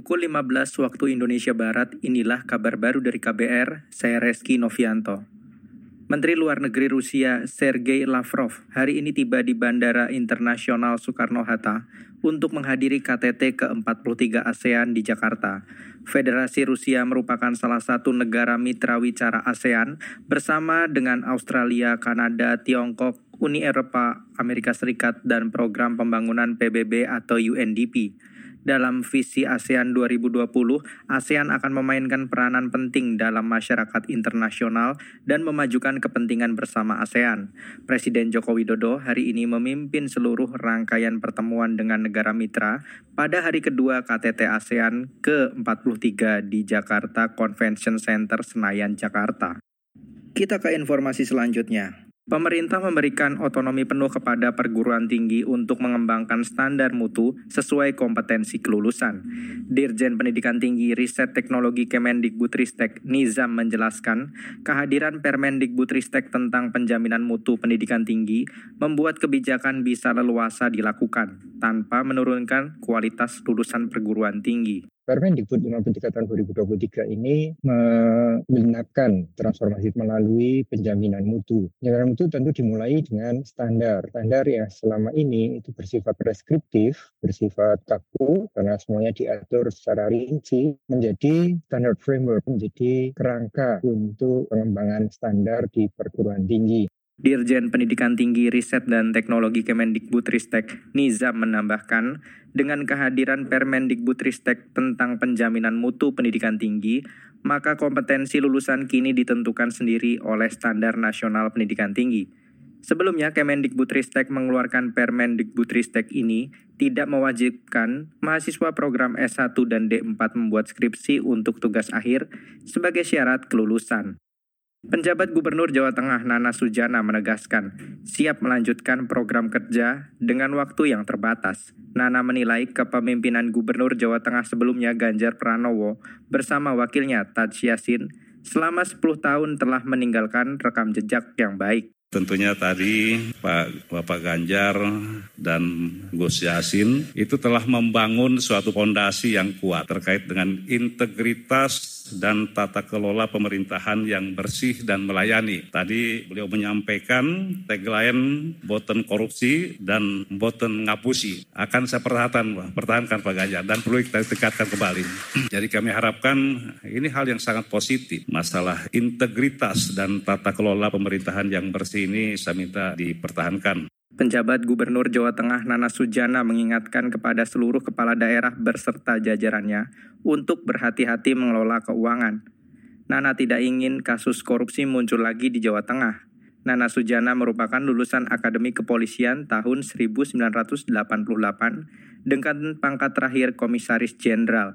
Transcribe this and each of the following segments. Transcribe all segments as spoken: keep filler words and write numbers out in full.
Pukul lima belas waktu Indonesia Barat, inilah kabar baru dari K B R, saya Reski Novianto. Menteri Luar Negeri Rusia Sergei Lavrov hari ini tiba di Bandara Internasional Soekarno-Hatta untuk menghadiri K T T ke empat puluh tiga ASEAN di Jakarta. Federasi Rusia merupakan salah satu negara mitra wicara ASEAN bersama dengan Australia, Kanada, Tiongkok, Uni Eropa, Amerika Serikat, dan Program Pembangunan P B B atau U N D P. Dalam visi ASEAN dua ribu dua puluh, ASEAN akan memainkan peranan penting dalam masyarakat internasional dan memajukan kepentingan bersama ASEAN. Presiden Joko Widodo hari ini memimpin seluruh rangkaian pertemuan dengan negara mitra pada hari kedua K T T ASEAN ke empat puluh tiga di Jakarta Convention Center Senayan, Jakarta. Kita ke informasi selanjutnya. Pemerintah memberikan otonomi penuh kepada perguruan tinggi untuk mengembangkan standar mutu sesuai kompetensi kelulusan. Dirjen Pendidikan Tinggi Riset Teknologi Kemendikbudristek Nizam menjelaskan, kehadiran Permendikbudristek tentang penjaminan mutu pendidikan tinggi membuat kebijakan bisa leluasa dilakukan tanpa menurunkan kualitas lulusan perguruan tinggi. Permendikbud lima puluh tiga tahun dua ribu dua puluh tiga ini menggenapkan transformasi melalui penjaminan mutu. Penjaminan mutu tentu dimulai dengan standar. Standar yang selama ini itu bersifat preskriptif, bersifat kaku, karena semuanya diatur secara rinci, menjadi standard framework, menjadi kerangka untuk pengembangan standar di perguruan tinggi. Dirjen Pendidikan Tinggi Riset dan Teknologi Kemendikbudristek Nizam menambahkan, dengan kehadiran Permendikbudristek tentang penjaminan mutu pendidikan tinggi, maka kompetensi lulusan kini ditentukan sendiri oleh Standar Nasional Pendidikan Tinggi. Sebelumnya, Kemendikbudristek mengeluarkan Permendikbudristek ini tidak mewajibkan mahasiswa program S satu dan D empat membuat skripsi untuk tugas akhir sebagai syarat kelulusan. Penjabat Gubernur Jawa Tengah Nana Sujana menegaskan siap melanjutkan program kerja dengan waktu yang terbatas. Nana menilai kepemimpinan Gubernur Jawa Tengah sebelumnya Ganjar Pranowo bersama wakilnya Taj Yassin selama sepuluh tahun telah meninggalkan rekam jejak yang baik. Tentunya tadi Pak Bapak Ganjar dan Gus Yassin itu telah membangun suatu fondasi yang kuat terkait dengan integritas dan tata kelola pemerintahan yang bersih dan melayani. Tadi beliau menyampaikan tagline boten korupsi dan boten ngapusi. Akan saya pertahankan, pertahankan Pak Ganjar dan perlu kita tingkatkan kembali. Jadi kami harapkan ini hal yang sangat positif. Masalah integritas dan tata kelola pemerintahan yang bersih ini saya minta dipertahankan. Penjabat Gubernur Jawa Tengah Nana Sujana mengingatkan kepada seluruh kepala daerah berserta jajarannya untuk berhati-hati mengelola keuangan. Nana tidak ingin kasus korupsi muncul lagi di Jawa Tengah. Nana Sujana merupakan lulusan Akademi Kepolisian tahun seribu sembilan ratus delapan puluh delapan dengan pangkat terakhir Komisaris Jenderal.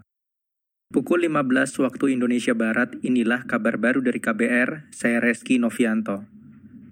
Pukul lima belas waktu Indonesia Barat, inilah kabar baru dari K B R, saya Reski Novianto.